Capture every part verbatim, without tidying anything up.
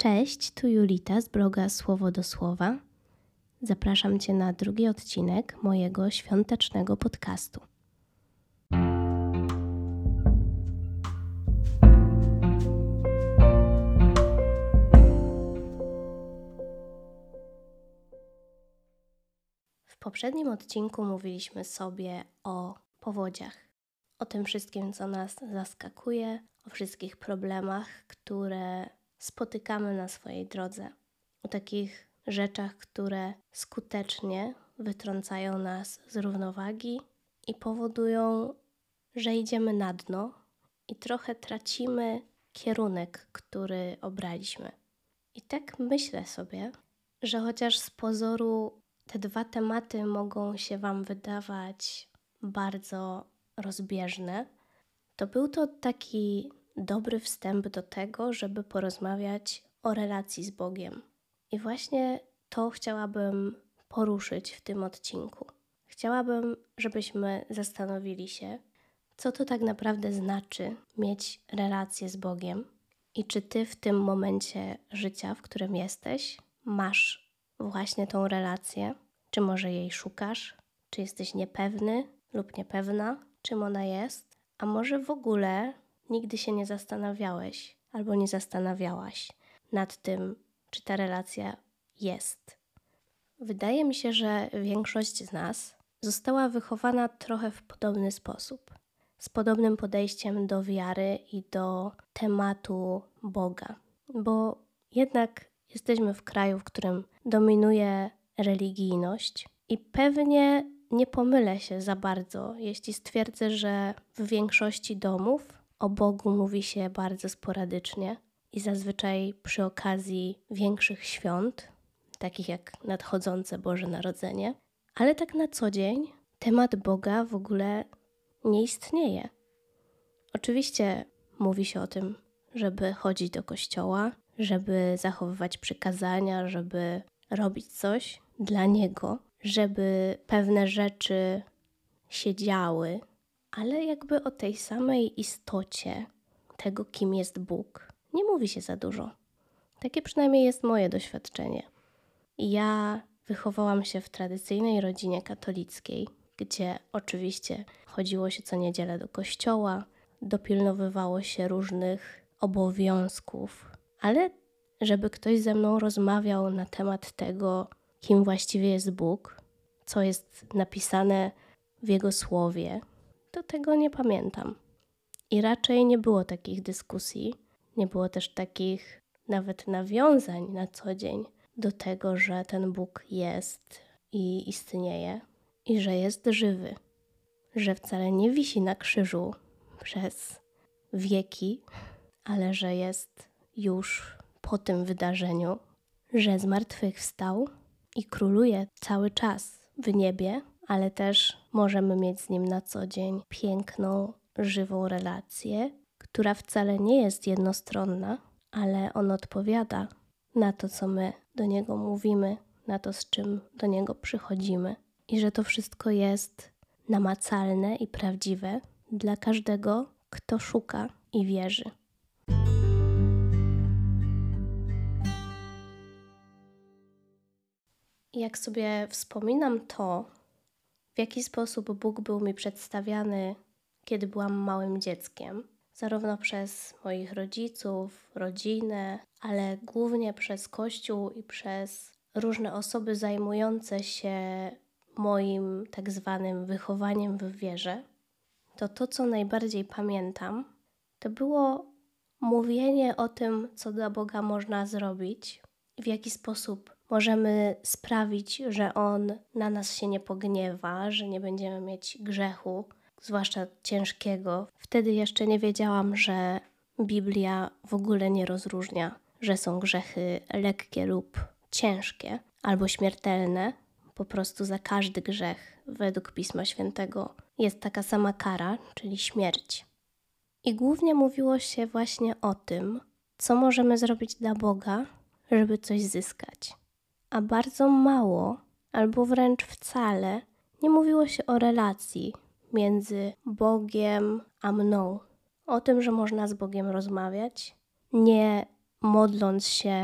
Cześć, tu Julita z bloga Słowo do Słowa. Zapraszam Cię na drugi odcinek mojego świątecznego podcastu. W poprzednim odcinku mówiliśmy sobie o powodziach, o tym wszystkim, co nas zaskakuje, o wszystkich problemach, które spotykamy na swojej drodze, o takich rzeczach, które skutecznie wytrącają nas z równowagi i powodują, że idziemy na dno i trochę tracimy kierunek, który obraliśmy. I tak myślę sobie, że chociaż z pozoru te dwa tematy mogą się Wam wydawać bardzo rozbieżne, to był to taki dobry wstęp do tego, żeby porozmawiać o relacji z Bogiem. I właśnie to chciałabym poruszyć w tym odcinku. Chciałabym, żebyśmy zastanowili się, co to tak naprawdę znaczy mieć relację z Bogiem i czy Ty w tym momencie życia, w którym jesteś, masz właśnie tą relację, czy może jej szukasz, czy jesteś niepewny lub niepewna, czym ona jest, a może w ogóle nigdy się nie zastanawiałeś albo nie zastanawiałaś nad tym, czy ta relacja jest. Wydaje mi się, że większość z nas została wychowana trochę w podobny sposób, z podobnym podejściem do wiary i do tematu Boga, bo jednak jesteśmy w kraju, w którym dominuje religijność i pewnie nie pomylę się za bardzo, jeśli stwierdzę, że w większości domów o Bogu mówi się bardzo sporadycznie i zazwyczaj przy okazji większych świąt, takich jak nadchodzące Boże Narodzenie, ale tak na co dzień temat Boga w ogóle nie istnieje. Oczywiście mówi się o tym, żeby chodzić do kościoła, żeby zachowywać przykazania, żeby robić coś dla Niego, żeby pewne rzeczy się działy, ale jakby o tej samej istocie tego, kim jest Bóg, nie mówi się za dużo. Takie przynajmniej jest moje doświadczenie. Ja wychowałam się w tradycyjnej rodzinie katolickiej, gdzie oczywiście chodziło się co niedzielę do kościoła, dopilnowywało się różnych obowiązków, ale żeby ktoś ze mną rozmawiał na temat tego, kim właściwie jest Bóg, co jest napisane w Jego Słowie, to tego nie pamiętam. I raczej nie było takich dyskusji, nie było też takich nawet nawiązań na co dzień do tego, że ten Bóg jest i istnieje i że jest żywy, że wcale nie wisi na krzyżu przez wieki, ale że jest już po tym wydarzeniu, że zmartwychwstał i króluje cały czas w niebie, ale też możemy mieć z Nim na co dzień piękną, żywą relację, która wcale nie jest jednostronna, ale On odpowiada na to, co my do Niego mówimy, na to, z czym do Niego przychodzimy i że to wszystko jest namacalne i prawdziwe dla każdego, kto szuka i wierzy. Jak sobie wspominam to, w jaki sposób Bóg był mi przedstawiany, kiedy byłam małym dzieckiem, zarówno przez moich rodziców, rodzinę, ale głównie przez Kościół i przez różne osoby zajmujące się moim tak zwanym wychowaniem w wierze, to to, co najbardziej pamiętam, to było mówienie o tym, co dla Boga można zrobić i w jaki sposób możemy sprawić, że On na nas się nie pogniewa, że nie będziemy mieć grzechu, zwłaszcza ciężkiego. Wtedy jeszcze nie wiedziałam, że Biblia w ogóle nie rozróżnia, że są grzechy lekkie lub ciężkie albo śmiertelne. Po prostu za każdy grzech według Pisma Świętego jest taka sama kara, czyli śmierć. I głównie mówiło się właśnie o tym, co możemy zrobić dla Boga, żeby coś zyskać. A bardzo mało, albo wręcz wcale, nie mówiło się o relacji między Bogiem a mną. O tym, że można z Bogiem rozmawiać, nie modląc się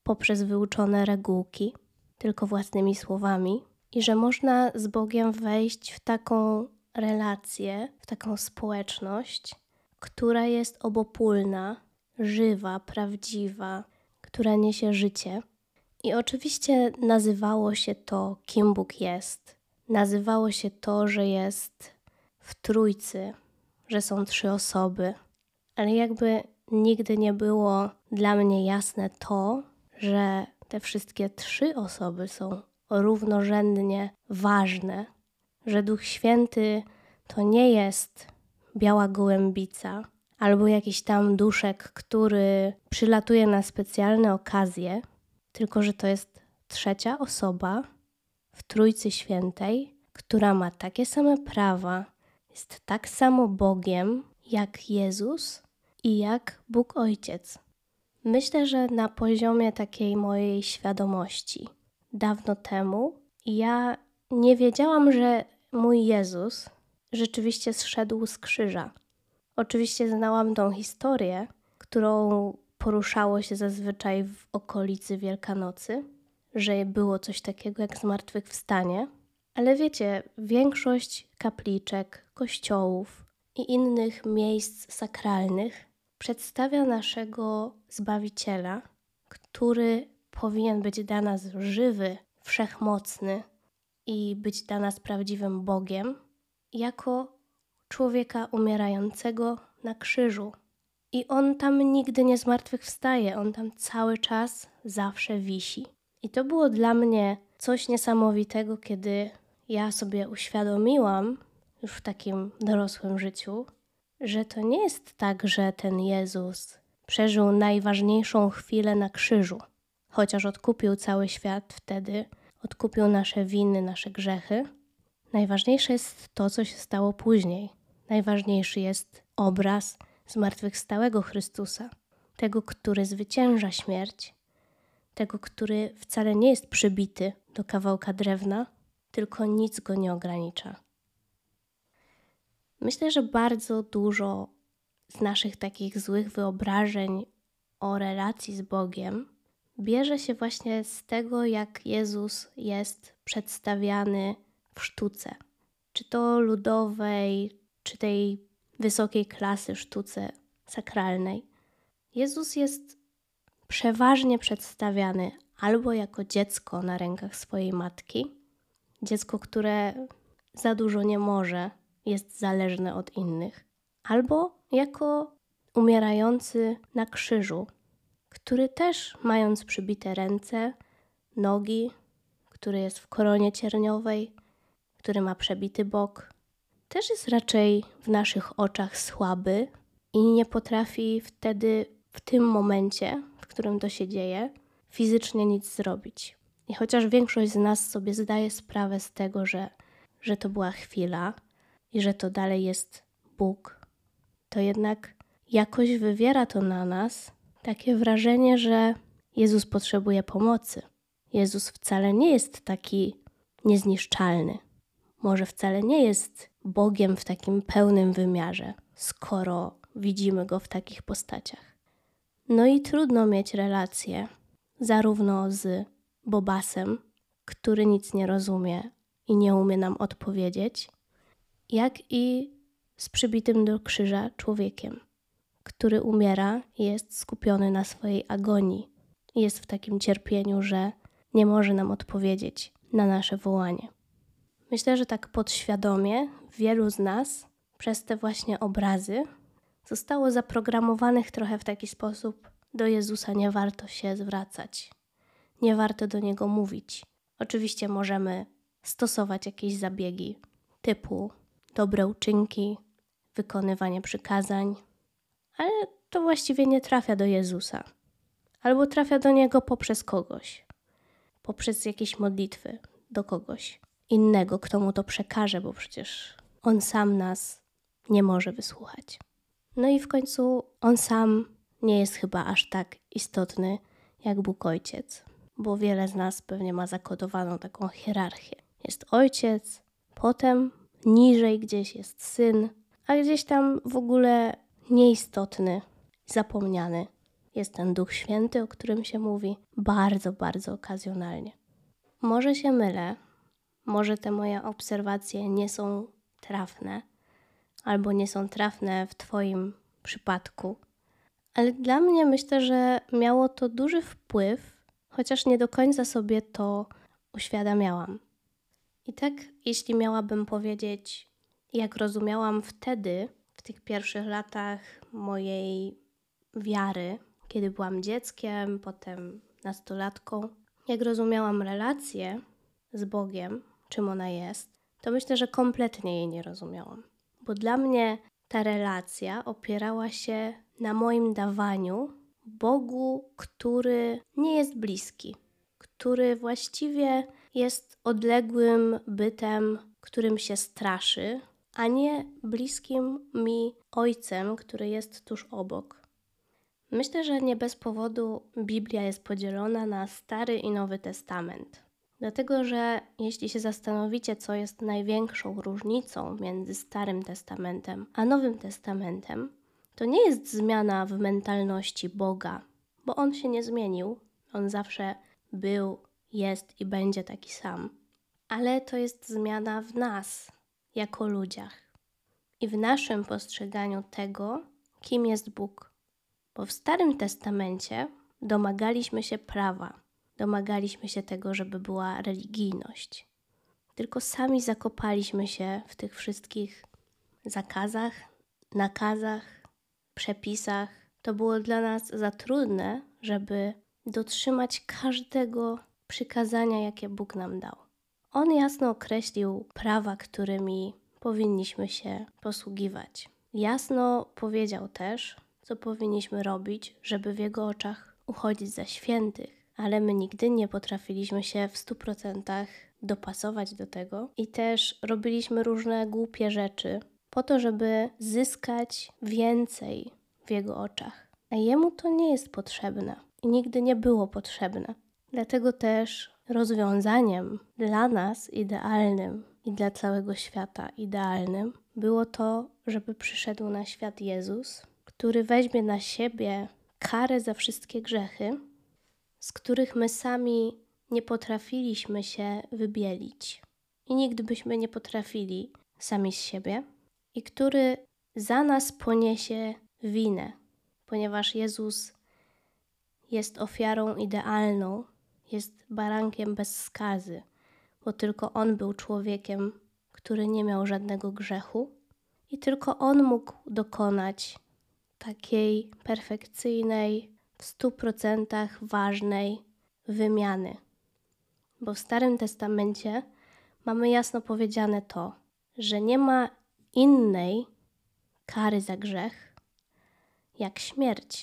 poprzez wyuczone regułki, tylko własnymi słowami i że można z Bogiem wejść w taką relację, w taką społeczność, która jest obopólna, żywa, prawdziwa, która niesie życie. I oczywiście nazywało się to, kim Bóg jest. Nazywało się to, że jest w Trójcy, że są trzy osoby. Ale jakby nigdy nie było dla mnie jasne to, że te wszystkie trzy osoby są równorzędnie ważne, że Duch Święty to nie jest biała gołębica albo jakiś tam duszek, który przylatuje na specjalne okazje, tylko że to jest trzecia osoba w Trójcy Świętej, która ma takie same prawa, jest tak samo Bogiem jak Jezus i jak Bóg Ojciec. Myślę, że na poziomie takiej mojej świadomości dawno temu ja nie wiedziałam, że mój Jezus rzeczywiście zszedł z krzyża. Oczywiście znałam tą historię, którą poruszało się zazwyczaj w okolicy Wielkanocy, że było coś takiego jak zmartwychwstanie, ale wiecie, większość kapliczek, kościołów i innych miejsc sakralnych przedstawia naszego Zbawiciela, który powinien być dla nas żywy, wszechmocny i być dla nas prawdziwym Bogiem, jako człowieka umierającego na krzyżu. I On tam nigdy nie zmartwychwstaje, On tam cały czas zawsze wisi. I to było dla mnie coś niesamowitego, kiedy ja sobie uświadomiłam już w takim dorosłym życiu, że to nie jest tak, że ten Jezus przeżył najważniejszą chwilę na krzyżu, chociaż odkupił cały świat wtedy, odkupił nasze winy, nasze grzechy. Najważniejsze jest to, co się stało później. Najważniejszy jest obraz zmartwychwstałego Chrystusa, tego, który zwycięża śmierć, tego, który wcale nie jest przybity do kawałka drewna, tylko nic go nie ogranicza. Myślę, że bardzo dużo z naszych takich złych wyobrażeń o relacji z Bogiem bierze się właśnie z tego, jak Jezus jest przedstawiany w sztuce. Czy to ludowej, czy tej wysokiej klasy sztuce sakralnej. Jezus jest przeważnie przedstawiany albo jako dziecko na rękach swojej matki, dziecko, które za dużo nie może, jest zależne od innych, albo jako umierający na krzyżu, który też, mając przybite ręce, nogi, który jest w koronie cierniowej, który ma przebity bok, też jest raczej w naszych oczach słaby i nie potrafi wtedy, w tym momencie, w którym to się dzieje, fizycznie nic zrobić. I chociaż większość z nas sobie zdaje sprawę z tego, że, że to była chwila i że to dalej jest Bóg, to jednak jakoś wywiera to na nas takie wrażenie, że Jezus potrzebuje pomocy. Jezus wcale nie jest taki niezniszczalny. Może wcale nie jest Bogiem w takim pełnym wymiarze, skoro widzimy Go w takich postaciach. No i trudno mieć relację zarówno z Bobasem, który nic nie rozumie i nie umie nam odpowiedzieć, jak i z przybitym do krzyża człowiekiem, który umiera i jest skupiony na swojej agonii. Jest w takim cierpieniu, że nie może nam odpowiedzieć na nasze wołanie. Myślę, że tak podświadomie wielu z nas przez te właśnie obrazy zostało zaprogramowanych trochę w taki sposób: do Jezusa nie warto się zwracać, nie warto do Niego mówić. Oczywiście możemy stosować jakieś zabiegi typu dobre uczynki, wykonywanie przykazań, ale to właściwie nie trafia do Jezusa. Albo trafia do Niego poprzez kogoś, poprzez jakieś modlitwy do kogoś innego, kto Mu to przekaże, bo przecież On sam nas nie może wysłuchać. No i w końcu On sam nie jest chyba aż tak istotny jak Bóg Ojciec, bo wiele z nas pewnie ma zakodowaną taką hierarchię. Jest Ojciec, potem niżej gdzieś jest Syn, a gdzieś tam w ogóle nieistotny, zapomniany jest ten Duch Święty, o którym się mówi, bardzo, bardzo okazjonalnie. Może się mylę, może te moje obserwacje nie są trafne, albo nie są trafne w Twoim przypadku, ale dla mnie myślę, że miało to duży wpływ, chociaż nie do końca sobie to uświadamiałam. I tak, jeśli miałabym powiedzieć, jak rozumiałam wtedy, w tych pierwszych latach mojej wiary, kiedy byłam dzieckiem, potem nastolatką, jak rozumiałam relację z Bogiem, czym ona jest, to myślę, że kompletnie jej nie rozumiałam. Bo dla mnie ta relacja opierała się na moim dawaniu Bogu, który nie jest bliski, który właściwie jest odległym bytem, którym się straszy, a nie bliskim mi Ojcem, który jest tuż obok. Myślę, że nie bez powodu Biblia jest podzielona na Stary i Nowy Testament. Dlatego, że jeśli się zastanowicie, co jest największą różnicą między Starym Testamentem a Nowym Testamentem, to nie jest zmiana w mentalności Boga, bo On się nie zmienił. On zawsze był, jest i będzie taki sam. Ale to jest zmiana w nas, jako ludziach. I w naszym postrzeganiu tego, kim jest Bóg. Bo w Starym Testamencie domagaliśmy się prawa. Domagaliśmy się tego, żeby była religijność. Tylko sami zakopaliśmy się w tych wszystkich zakazach, nakazach, przepisach. To było dla nas za trudne, żeby dotrzymać każdego przykazania, jakie Bóg nam dał. On jasno określił prawa, którymi powinniśmy się posługiwać. Jasno powiedział też, co powinniśmy robić, żeby w Jego oczach uchodzić za świętych. Ale my nigdy nie potrafiliśmy się w stu procentach dopasować do tego i też robiliśmy różne głupie rzeczy po to, żeby zyskać więcej w Jego oczach. A Jemu to nie jest potrzebne i nigdy nie było potrzebne. Dlatego też rozwiązaniem dla nas idealnym i dla całego świata idealnym było to, żeby przyszedł na świat Jezus, który weźmie na siebie karę za wszystkie grzechy, z których my sami nie potrafiliśmy się wybielić i nigdy byśmy nie potrafili sami z siebie, i który za nas poniesie winę, ponieważ Jezus jest ofiarą idealną, jest barankiem bez skazy, bo tylko On był człowiekiem, który nie miał żadnego grzechu i tylko On mógł dokonać takiej perfekcyjnej, w stu procentach ważnej wymiany. Bo w Starym Testamencie mamy jasno powiedziane to, że nie ma innej kary za grzech jak śmierć.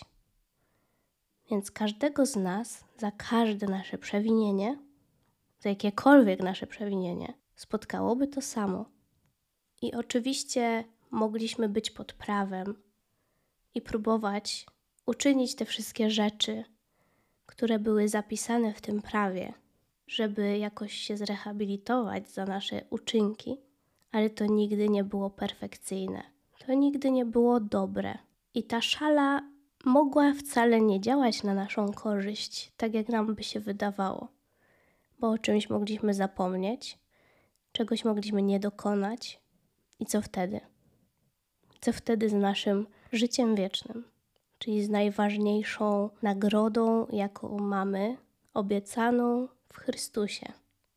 Więc każdego z nas za każde nasze przewinienie, za jakiekolwiek nasze przewinienie, spotkałoby to samo. I oczywiście mogliśmy być pod prawem i próbować uczynić te wszystkie rzeczy, które były zapisane w tym prawie, żeby jakoś się zrehabilitować za nasze uczynki, ale to nigdy nie było perfekcyjne. To nigdy nie było dobre. I ta szala mogła wcale nie działać na naszą korzyść, tak jak nam by się wydawało, bo o czymś mogliśmy zapomnieć, czegoś mogliśmy nie dokonać. I co wtedy? Co wtedy z naszym życiem wiecznym? Czyli z najważniejszą nagrodą, jaką mamy, obiecaną w Chrystusie.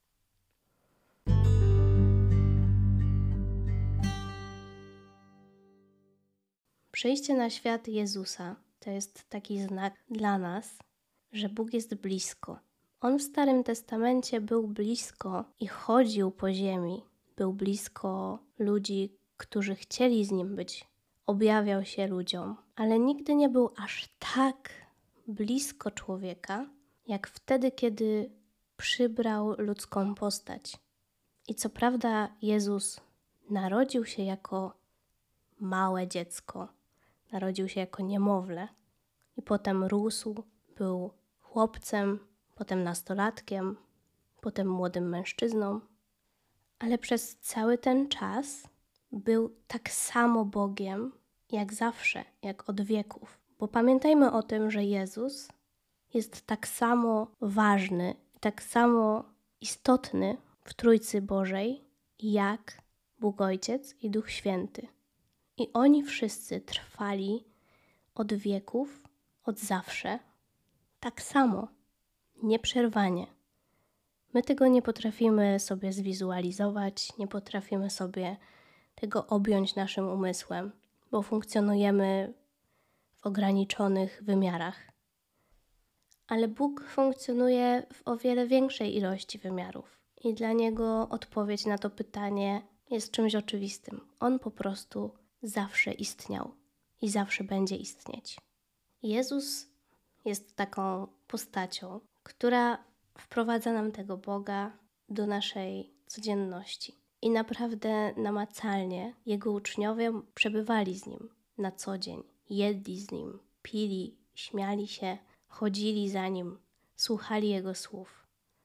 Przyjście na świat Jezusa to jest taki znak dla nas, że Bóg jest blisko. On w Starym Testamencie był blisko i chodził po ziemi. Był blisko ludzi, którzy chcieli z Nim być. Objawiał się ludziom, ale nigdy nie był aż tak blisko człowieka, jak wtedy, kiedy przybrał ludzką postać. I co prawda Jezus narodził się jako małe dziecko, narodził się jako niemowlę i potem rósł, był chłopcem, potem nastolatkiem, potem młodym mężczyzną, ale przez cały ten czas był tak samo Bogiem, jak zawsze, jak od wieków, Bo pamiętajmy o tym, że Jezus jest tak samo ważny, tak samo istotny w Trójcy Bożej, jak Bóg Ojciec i Duch Święty. I oni wszyscy trwali od wieków, od zawsze, tak samo, nieprzerwanie. My tego nie potrafimy sobie zwizualizować, nie potrafimy sobie tego objąć naszym umysłem, bo funkcjonujemy w ograniczonych wymiarach. Ale Bóg funkcjonuje w o wiele większej ilości wymiarów i dla Niego odpowiedź na to pytanie jest czymś oczywistym. On po prostu zawsze istniał i zawsze będzie istnieć. Jezus jest taką postacią, która wprowadza nam tego Boga do naszej codzienności. I naprawdę namacalnie Jego uczniowie przebywali z Nim na co dzień. Jedli z Nim, pili, śmiali się, chodzili za Nim, słuchali Jego słów.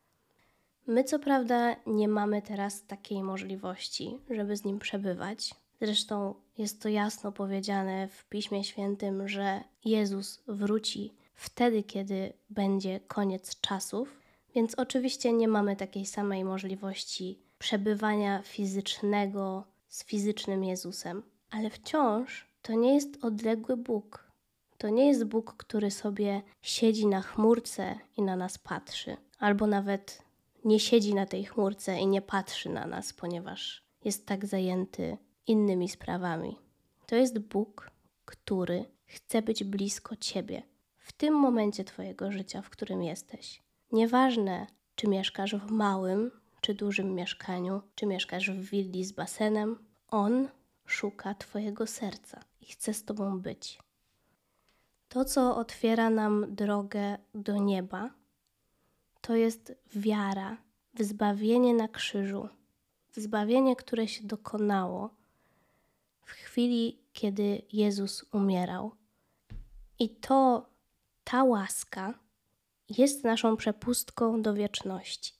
My co prawda nie mamy teraz takiej możliwości, żeby z Nim przebywać. Zresztą jest to jasno powiedziane w Piśmie Świętym, że Jezus wróci wtedy, kiedy będzie koniec czasów, więc oczywiście nie mamy takiej samej możliwości przebywania fizycznego z fizycznym Jezusem. Ale wciąż to nie jest odległy Bóg. To nie jest Bóg, który sobie siedzi na chmurce i na nas patrzy. Albo nawet nie siedzi na tej chmurce i nie patrzy na nas, ponieważ jest tak zajęty innymi sprawami. To jest Bóg, który chce być blisko Ciebie w tym momencie Twojego życia, w którym jesteś. Nieważne, czy mieszkasz w małym, czy dużym mieszkaniu, czy mieszkasz w willi z basenem, On szuka Twojego serca i chce z Tobą być. To, co otwiera nam drogę do nieba, to jest wiara w zbawienie na krzyżu, w zbawienie, które się dokonało w chwili, kiedy Jezus umierał. I to, ta łaska jest naszą przepustką do wieczności.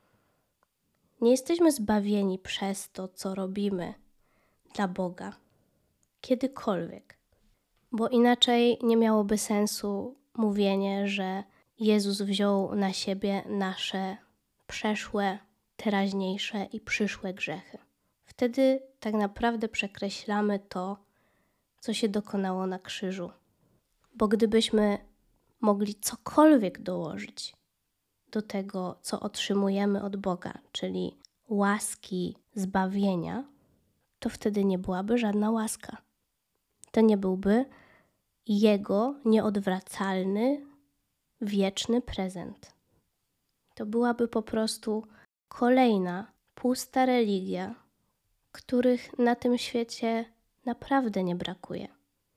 Nie jesteśmy zbawieni przez to, co robimy dla Boga, kiedykolwiek, bo inaczej nie miałoby sensu mówienie, że Jezus wziął na siebie nasze przeszłe, teraźniejsze i przyszłe grzechy. Wtedy tak naprawdę przekreślamy to, co się dokonało na krzyżu. Bo gdybyśmy mogli cokolwiek dołożyć do tego, co otrzymujemy od Boga, czyli łaski zbawienia, to wtedy nie byłaby żadna łaska. To nie byłby Jego nieodwracalny, wieczny prezent. To byłaby po prostu kolejna, pusta religia, których na tym świecie naprawdę nie brakuje.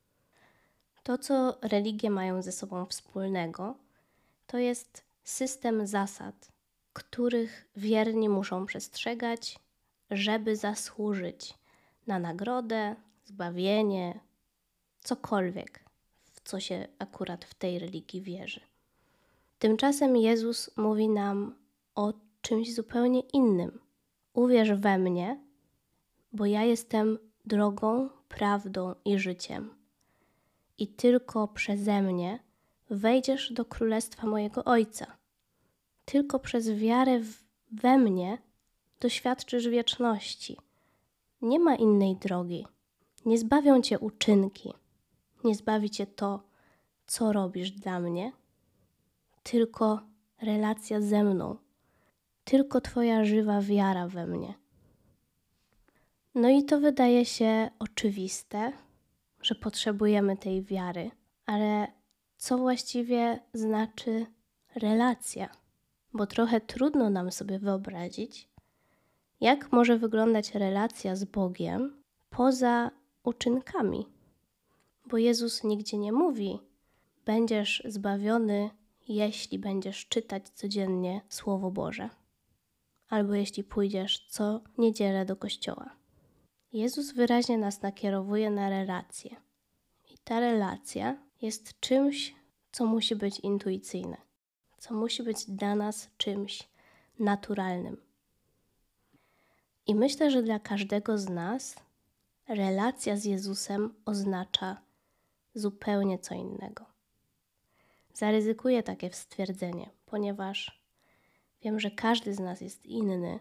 To, co religie mają ze sobą wspólnego, to jest system zasad, których wierni muszą przestrzegać, żeby zasłużyć na nagrodę, zbawienie, cokolwiek, w co się akurat w tej religii wierzy. Tymczasem Jezus mówi nam o czymś zupełnie innym. Uwierz we mnie, bo ja jestem drogą, prawdą i życiem. I tylko przeze mnie wejdziesz do królestwa mojego Ojca. Tylko przez wiarę w, we mnie doświadczysz wieczności. Nie ma innej drogi. Nie zbawią cię uczynki. Nie zbawi cię to, co robisz dla mnie. Tylko relacja ze mną. Tylko twoja żywa wiara we mnie. No i to wydaje się oczywiste, że potrzebujemy tej wiary, ale co właściwie znaczy relacja? Bo trochę trudno nam sobie wyobrazić, jak może wyglądać relacja z Bogiem poza uczynkami. Bo Jezus nigdzie nie mówi, będziesz zbawiony, jeśli będziesz czytać codziennie Słowo Boże, albo jeśli pójdziesz co niedzielę do kościoła. Jezus wyraźnie nas nakierowuje na relację. I ta relacja jest czymś, co musi być intuicyjne, co musi być dla nas czymś naturalnym. I myślę, że dla każdego z nas relacja z Jezusem oznacza zupełnie co innego. Zaryzykuję takie stwierdzenie, ponieważ wiem, że każdy z nas jest inny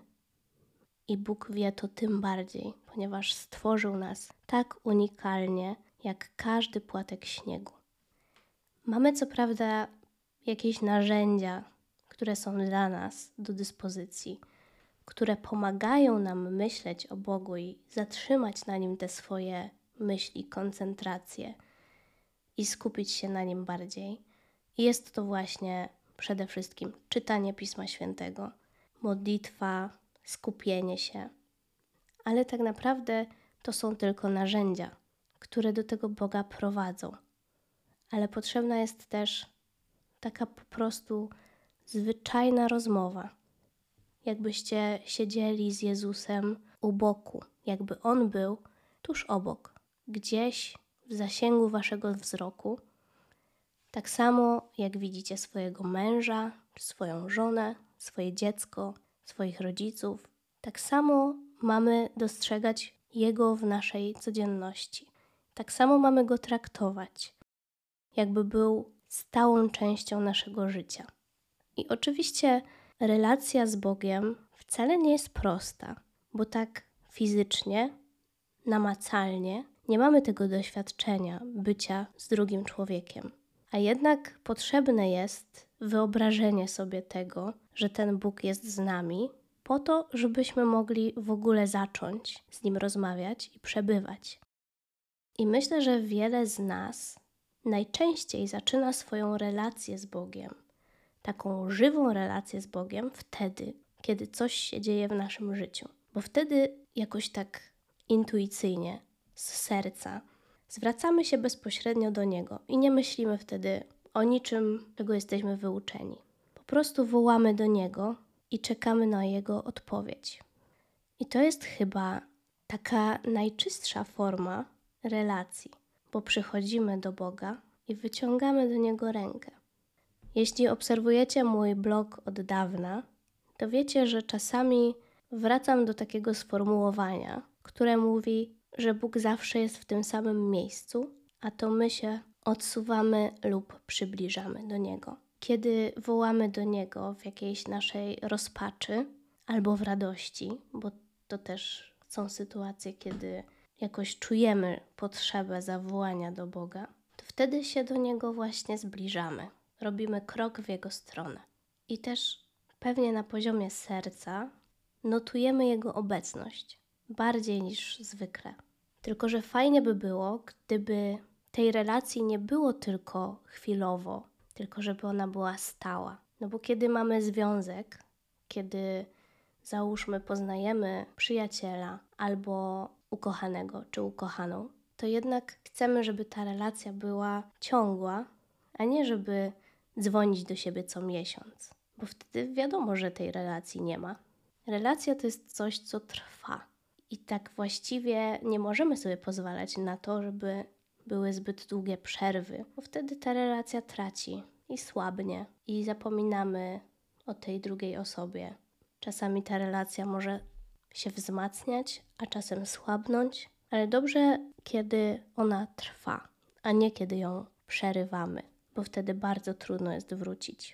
i Bóg wie to tym bardziej, ponieważ stworzył nas tak unikalnie, jak każdy płatek śniegu. Mamy co prawda jakieś narzędzia, które są dla nas do dyspozycji, które pomagają nam myśleć o Bogu i zatrzymać na Nim te swoje myśli, koncentrację i skupić się na Nim bardziej. I jest to właśnie przede wszystkim czytanie Pisma Świętego, modlitwa, skupienie się. Ale tak naprawdę to są tylko narzędzia, które do tego Boga prowadzą. Ale potrzebna jest też taka po prostu zwyczajna rozmowa. Jakbyście siedzieli z Jezusem u boku, jakby On był tuż obok, gdzieś w zasięgu waszego wzroku. Tak samo jak widzicie swojego męża, swoją żonę, swoje dziecko, swoich rodziców, tak samo mamy dostrzegać Jego w naszej codzienności. Tak samo mamy Go traktować, jakby był stałą częścią naszego życia. I oczywiście relacja z Bogiem wcale nie jest prosta, bo tak fizycznie, namacalnie nie mamy tego doświadczenia bycia z drugim człowiekiem. A jednak potrzebne jest wyobrażenie sobie tego, że ten Bóg jest z nami, po to, żebyśmy mogli w ogóle zacząć z Nim rozmawiać i przebywać. I myślę, że wiele z nas najczęściej zaczyna swoją relację z Bogiem, taką żywą relację z Bogiem wtedy, kiedy coś się dzieje w naszym życiu. Bo wtedy jakoś tak intuicyjnie, z serca, zwracamy się bezpośrednio do Niego i nie myślimy wtedy o niczym, czego jesteśmy wyuczeni. Po prostu wołamy do Niego i czekamy na Jego odpowiedź. I to jest chyba taka najczystsza forma relacji, bo przychodzimy do Boga i wyciągamy do Niego rękę. Jeśli obserwujecie mój blog od dawna, to wiecie, że czasami wracam do takiego sformułowania, które mówi, że Bóg zawsze jest w tym samym miejscu, a to my się odsuwamy lub przybliżamy do Niego. Kiedy wołamy do Niego w jakiejś naszej rozpaczy albo w radości, bo to też są sytuacje, kiedy jakoś czujemy potrzebę zawołania do Boga, to wtedy się do Niego właśnie zbliżamy. Robimy krok w Jego stronę. I też pewnie na poziomie serca notujemy Jego obecność bardziej niż zwykle. Tylko że fajnie by było, gdyby tej relacji nie było tylko chwilowo, tylko żeby ona była stała. No bo kiedy mamy związek, kiedy załóżmy poznajemy przyjaciela albo ukochanego czy ukochaną, to jednak chcemy, żeby ta relacja była ciągła, a nie żeby dzwonić do siebie co miesiąc, bo wtedy wiadomo, że tej relacji nie ma. Relacja to jest coś, co trwa i tak właściwie nie możemy sobie pozwalać na to, żeby były zbyt długie przerwy, bo wtedy ta relacja traci i słabnie i zapominamy o tej drugiej osobie. Czasami ta relacja może się wzmacniać, a czasem słabnąć, ale dobrze, kiedy ona trwa, a nie kiedy ją przerywamy, bo wtedy bardzo trudno jest wrócić.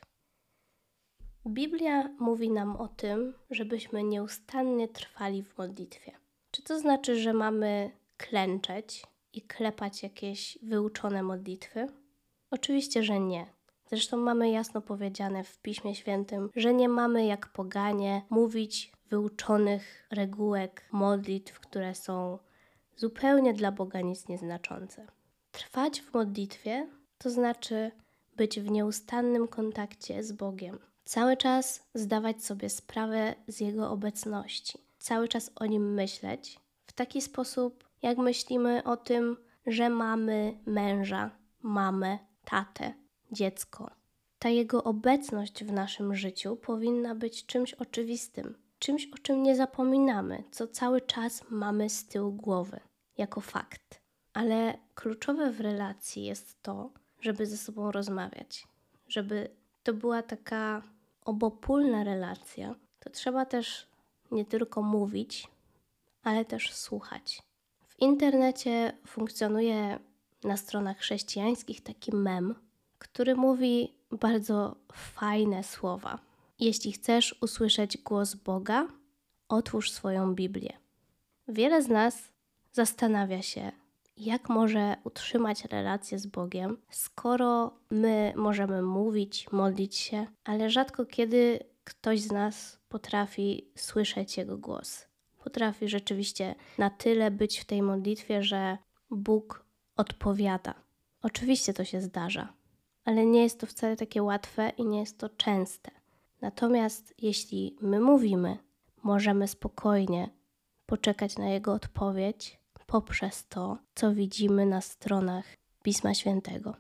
Biblia mówi nam o tym, żebyśmy nieustannie trwali w modlitwie. Czy to znaczy, że mamy klęczeć i klepać jakieś wyuczone modlitwy? Oczywiście, że nie. Zresztą mamy jasno powiedziane w Piśmie Świętym, że nie mamy jak poganie mówić wyuczonych regułek, modlitw, które są zupełnie dla Boga nic nieznaczące. Trwać w modlitwie to znaczy być w nieustannym kontakcie z Bogiem. Cały czas zdawać sobie sprawę z Jego obecności. Cały czas o Nim myśleć w taki sposób, jak myślimy o tym, że mamy męża, mamę, tatę, dziecko. Ta Jego obecność w naszym życiu powinna być czymś oczywistym, czymś, o czym nie zapominamy, co cały czas mamy z tyłu głowy, jako fakt. Ale kluczowe w relacji jest to, żeby ze sobą rozmawiać, żeby to była taka obopólna relacja, to trzeba też nie tylko mówić, ale też słuchać. W internecie funkcjonuje na stronach chrześcijańskich taki mem, który mówi bardzo fajne słowa. Jeśli chcesz usłyszeć głos Boga, otwórz swoją Biblię. Wiele z nas zastanawia się, jak może utrzymać relację z Bogiem, skoro my możemy mówić, modlić się, ale rzadko kiedy ktoś z nas potrafi słyszeć Jego głos. Potrafi rzeczywiście na tyle być w tej modlitwie, że Bóg odpowiada. Oczywiście to się zdarza, ale nie jest to wcale takie łatwe i nie jest to częste. Natomiast jeśli my mówimy, możemy spokojnie poczekać na Jego odpowiedź poprzez to, co widzimy na stronach Pisma Świętego.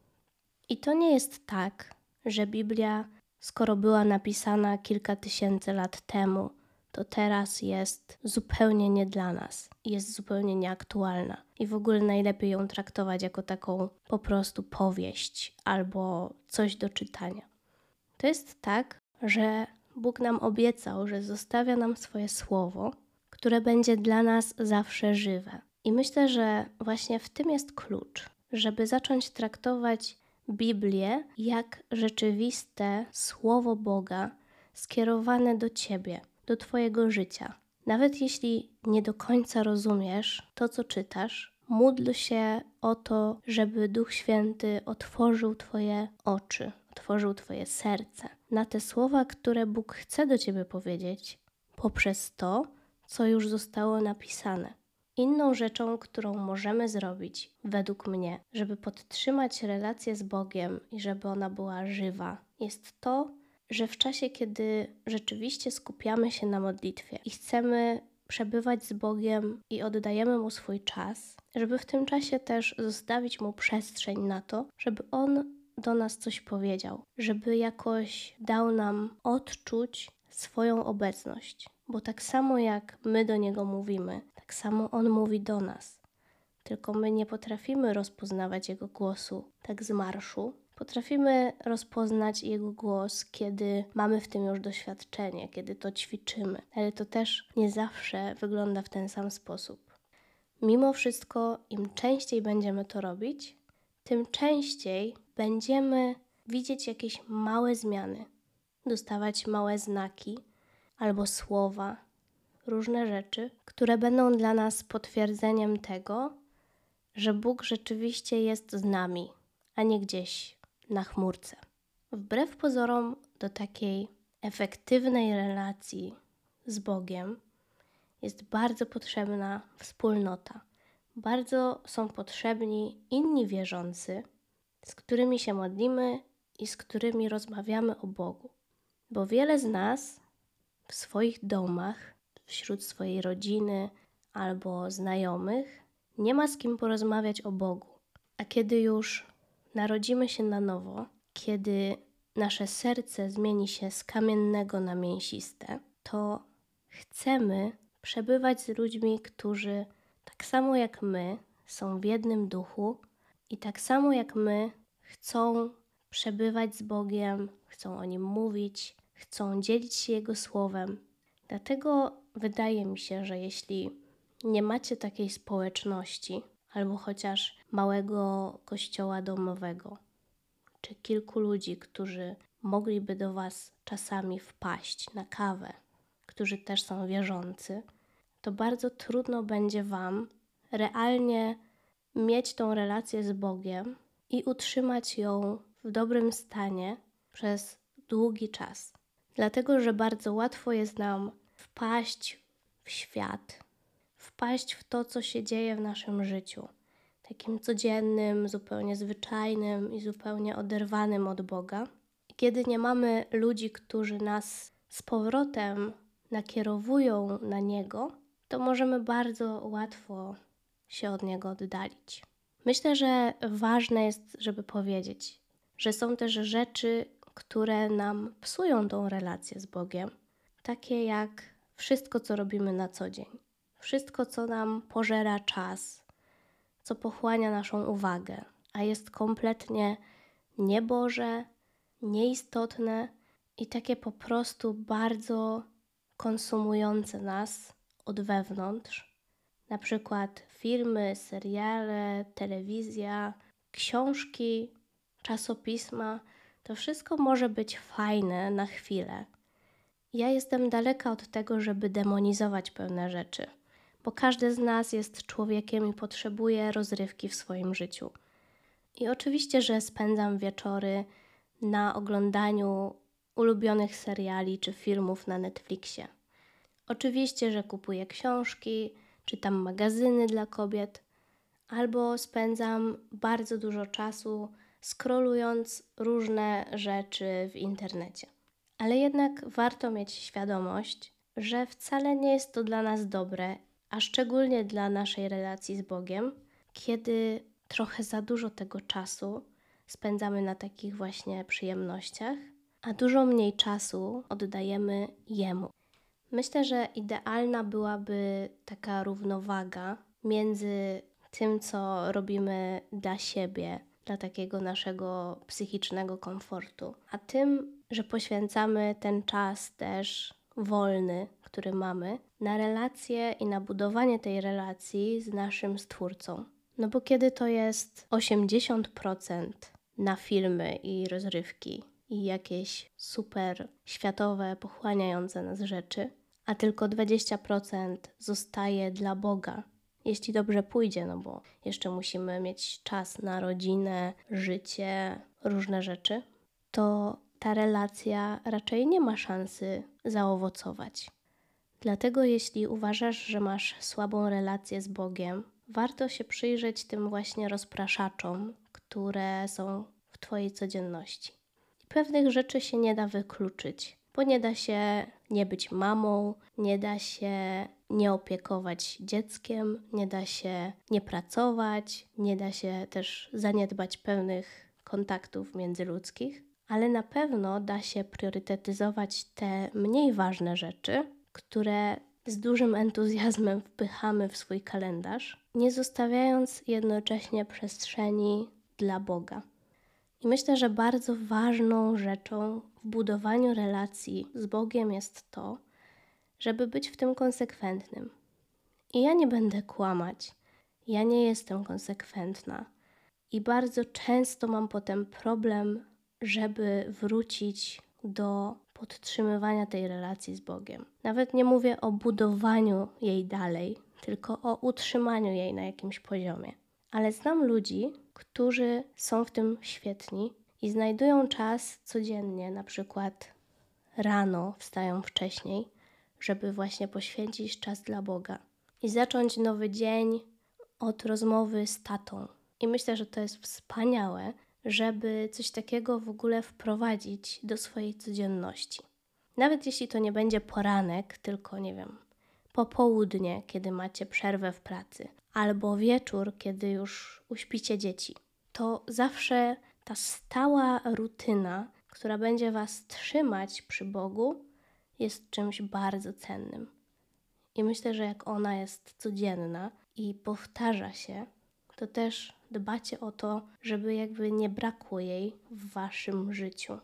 I to nie jest tak, że Biblia, skoro była napisana kilka tysięcy lat temu, to teraz jest zupełnie nie dla nas, jest zupełnie nieaktualna i w ogóle najlepiej ją traktować jako taką po prostu powieść albo coś do czytania. To jest tak, że Bóg nam obiecał, że zostawia nam swoje słowo, które będzie dla nas zawsze żywe. I myślę, że właśnie w tym jest klucz, żeby zacząć traktować Biblię jak rzeczywiste słowo Boga skierowane do Ciebie, do Twojego życia. Nawet jeśli nie do końca rozumiesz to, co czytasz, módl się o to, żeby Duch Święty otworzył Twoje oczy, otworzył Twoje serce na te słowa, które Bóg chce do Ciebie powiedzieć poprzez to, co już zostało napisane. Inną rzeczą, którą możemy zrobić, według mnie, żeby podtrzymać relację z Bogiem i żeby ona była żywa, jest to, że w czasie, kiedy rzeczywiście skupiamy się na modlitwie i chcemy przebywać z Bogiem i oddajemy Mu swój czas, żeby w tym czasie też zostawić Mu przestrzeń na to, żeby On do nas coś powiedział, żeby jakoś dał nam odczuć swoją obecność. Bo tak samo jak my do Niego mówimy, tak samo On mówi do nas. Tylko my nie potrafimy rozpoznawać Jego głosu tak z marszu. Potrafimy rozpoznać Jego głos, kiedy mamy w tym już doświadczenie, kiedy to ćwiczymy. Ale to też nie zawsze wygląda w ten sam sposób. Mimo wszystko, im częściej będziemy to robić, tym częściej będziemy widzieć jakieś małe zmiany, dostawać małe znaki albo słowa, różne rzeczy, które będą dla nas potwierdzeniem tego, że Bóg rzeczywiście jest z nami, a nie gdzieś na chmurce. Wbrew pozorom do takiej efektywnej relacji z Bogiem jest bardzo potrzebna wspólnota. Bardzo są potrzebni inni wierzący, z którymi się modlimy i z którymi rozmawiamy o Bogu. Bo wiele z nas w swoich domach, wśród swojej rodziny albo znajomych nie ma z kim porozmawiać o Bogu. A kiedy już narodzimy się na nowo, kiedy nasze serce zmieni się z kamiennego na mięsiste, to chcemy przebywać z ludźmi, którzy tak samo jak my są w jednym duchu i tak samo jak my chcą przebywać z Bogiem, chcą o Nim mówić, chcą dzielić się Jego słowem. Dlatego wydaje mi się, że jeśli nie macie takiej społeczności albo chociaż małego kościoła domowego, czy kilku ludzi, którzy mogliby do Was czasami wpaść na kawę, którzy też są wierzący, to bardzo trudno będzie Wam realnie mieć tą relację z Bogiem i utrzymać ją w dobrym stanie przez długi czas. Dlatego, że bardzo łatwo jest nam wpaść w świat, wpaść w to, co się dzieje w naszym życiu, takim codziennym, zupełnie zwyczajnym i zupełnie oderwanym od Boga. I kiedy nie mamy ludzi, którzy nas z powrotem nakierowują na Niego, to możemy bardzo łatwo się od Niego oddalić. Myślę, że ważne jest, żeby powiedzieć, że są też rzeczy, które nam psują tą relację z Bogiem, takie jak wszystko, co robimy na co dzień, wszystko, co nam pożera czas, co pochłania naszą uwagę, a jest kompletnie nieboże, nieistotne i takie po prostu bardzo konsumujące nas od wewnątrz. Na przykład filmy, seriale, telewizja, książki, czasopisma. To wszystko może być fajne na chwilę. Ja jestem daleka od tego, żeby demonizować pewne rzeczy, bo każdy z nas jest człowiekiem i potrzebuje rozrywki w swoim życiu. I oczywiście, że spędzam wieczory na oglądaniu ulubionych seriali czy filmów na Netflixie. Oczywiście, że kupuję książki, czytam magazyny dla kobiet, albo spędzam bardzo dużo czasu scrollując różne rzeczy w internecie. Ale jednak warto mieć świadomość, że wcale nie jest to dla nas dobre, a szczególnie dla naszej relacji z Bogiem, kiedy trochę za dużo tego czasu spędzamy na takich właśnie przyjemnościach, a dużo mniej czasu oddajemy Jemu. Myślę, że idealna byłaby taka równowaga między tym, co robimy dla siebie, dla takiego naszego psychicznego komfortu, a tym, że poświęcamy ten czas też wolny, który mamy, na relacje i na budowanie tej relacji z naszym Stwórcą. No bo kiedy to jest osiemdziesiąt procent na filmy i rozrywki i jakieś super światowe, pochłaniające nas rzeczy, a tylko dwadzieścia procent zostaje dla Boga, jeśli dobrze pójdzie, no bo jeszcze musimy mieć czas na rodzinę, życie, różne rzeczy, to ta relacja raczej nie ma szansy zaowocować. Dlatego jeśli uważasz, że masz słabą relację z Bogiem, warto się przyjrzeć tym właśnie rozpraszaczom, które są w Twojej codzienności. I pewnych rzeczy się nie da wykluczyć, bo nie da się nie być mamą, nie da się nie opiekować dzieckiem, nie da się nie pracować, nie da się też zaniedbać pewnych kontaktów międzyludzkich, ale na pewno da się priorytetyzować te mniej ważne rzeczy, które z dużym entuzjazmem wpychamy w swój kalendarz, nie zostawiając jednocześnie przestrzeni dla Boga. I myślę, że bardzo ważną rzeczą w budowaniu relacji z Bogiem jest to, żeby być w tym konsekwentnym. I ja nie będę kłamać, ja nie jestem konsekwentna i bardzo często mam potem problem, żeby wrócić do podtrzymywania tej relacji z Bogiem. Nawet nie mówię o budowaniu jej dalej, tylko o utrzymaniu jej na jakimś poziomie. Ale znam ludzi, którzy są w tym świetni i znajdują czas codziennie, na przykład rano wstają wcześniej, żeby właśnie poświęcić czas dla Boga i zacząć nowy dzień od rozmowy z tatą. I myślę, że to jest wspaniałe, żeby coś takiego w ogóle wprowadzić do swojej codzienności. Nawet jeśli to nie będzie poranek, tylko nie wiem, popołudnie, kiedy macie przerwę w pracy, albo wieczór, kiedy już uśpicie dzieci, to zawsze ta stała rutyna, która będzie Was trzymać przy Bogu, jest czymś bardzo cennym. I myślę, że jak ona jest codzienna i powtarza się, to też dbacie o to, żeby jakby nie brakło jej w Waszym życiu.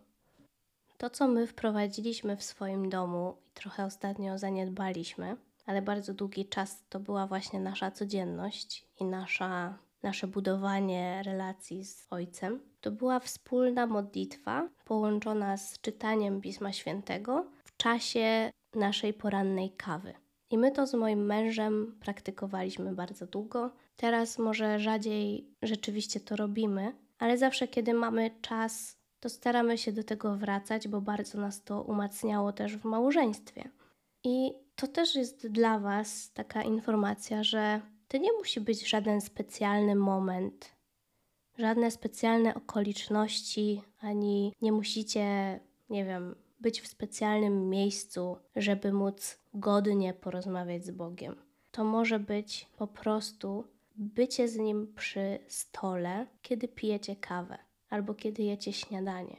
To, co my wprowadziliśmy w swoim domu i trochę ostatnio zaniedbaliśmy, ale bardzo długi czas to była właśnie nasza codzienność i nasza, nasze budowanie relacji z Ojcem, to była wspólna modlitwa połączona z czytaniem Pisma Świętego w czasie naszej porannej kawy. I my to z moim mężem praktykowaliśmy bardzo długo. Teraz może rzadziej rzeczywiście to robimy, ale zawsze kiedy mamy czas, to staramy się do tego wracać, bo bardzo nas to umacniało też w małżeństwie. I to też jest dla Was taka informacja, że to nie musi być żaden specjalny moment, żadne specjalne okoliczności, ani nie musicie, nie wiem, być w specjalnym miejscu, żeby móc godnie porozmawiać z Bogiem. To może być po prostu bycie z Nim przy stole, kiedy pijecie kawę albo kiedy jecie śniadanie.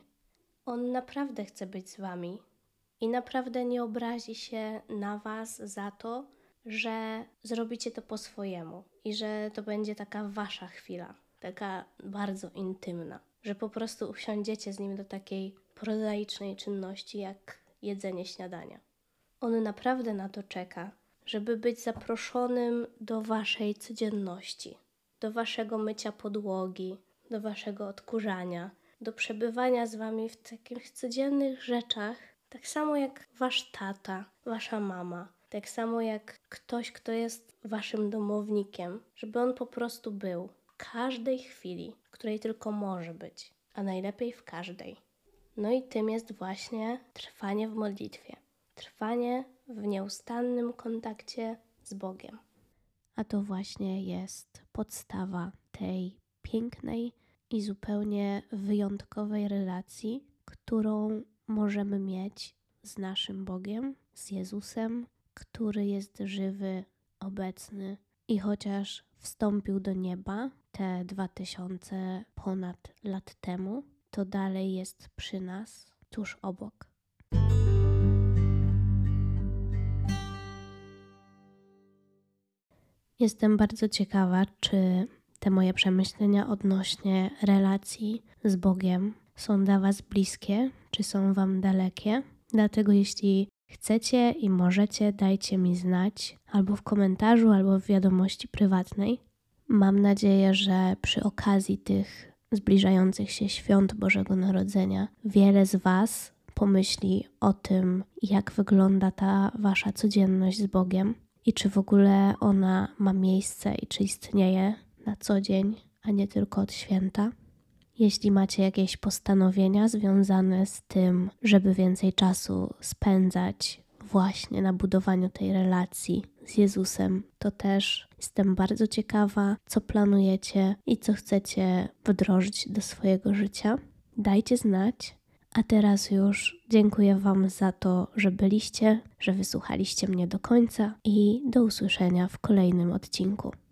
On naprawdę chce być z Wami i naprawdę nie obrazi się na Was za to, że zrobicie to po swojemu i że to będzie taka Wasza chwila, taka bardzo intymna, że po prostu usiądziecie z Nim do takiej prozaicznej czynności jak jedzenie śniadania. On naprawdę na to czeka, żeby być zaproszonym do waszej codzienności, do waszego mycia podłogi, do waszego odkurzania, do przebywania z wami w takich codziennych rzeczach, tak samo jak wasz tata, wasza mama, tak samo jak ktoś, kto jest waszym domownikiem, żeby on po prostu był w każdej chwili, w której tylko może być, a najlepiej w każdej. No i tym jest właśnie trwanie w modlitwie, trwanie w nieustannym kontakcie z Bogiem. A to właśnie jest podstawa tej pięknej i zupełnie wyjątkowej relacji, którą możemy mieć z naszym Bogiem, z Jezusem, który jest żywy, obecny i chociaż wstąpił do nieba te dwa tysiące ponad lat temu, to dalej jest przy nas, tuż obok. Jestem bardzo ciekawa, czy te moje przemyślenia odnośnie relacji z Bogiem są dla was bliskie, czy są wam dalekie. Dlatego jeśli chcecie i możecie, dajcie mi znać albo w komentarzu, albo w wiadomości prywatnej. Mam nadzieję, że przy okazji tych zbliżających się świąt Bożego Narodzenia wiele z was pomyśli o tym, jak wygląda ta wasza codzienność z Bogiem i czy w ogóle ona ma miejsce i czy istnieje na co dzień, a nie tylko od święta. Jeśli macie jakieś postanowienia związane z tym, żeby więcej czasu spędzać właśnie na budowaniu tej relacji z Jezusem, to też jestem bardzo ciekawa, co planujecie i co chcecie wdrożyć do swojego życia. Dajcie znać. A teraz już dziękuję wam za to, że byliście, że wysłuchaliście mnie do końca i do usłyszenia w kolejnym odcinku.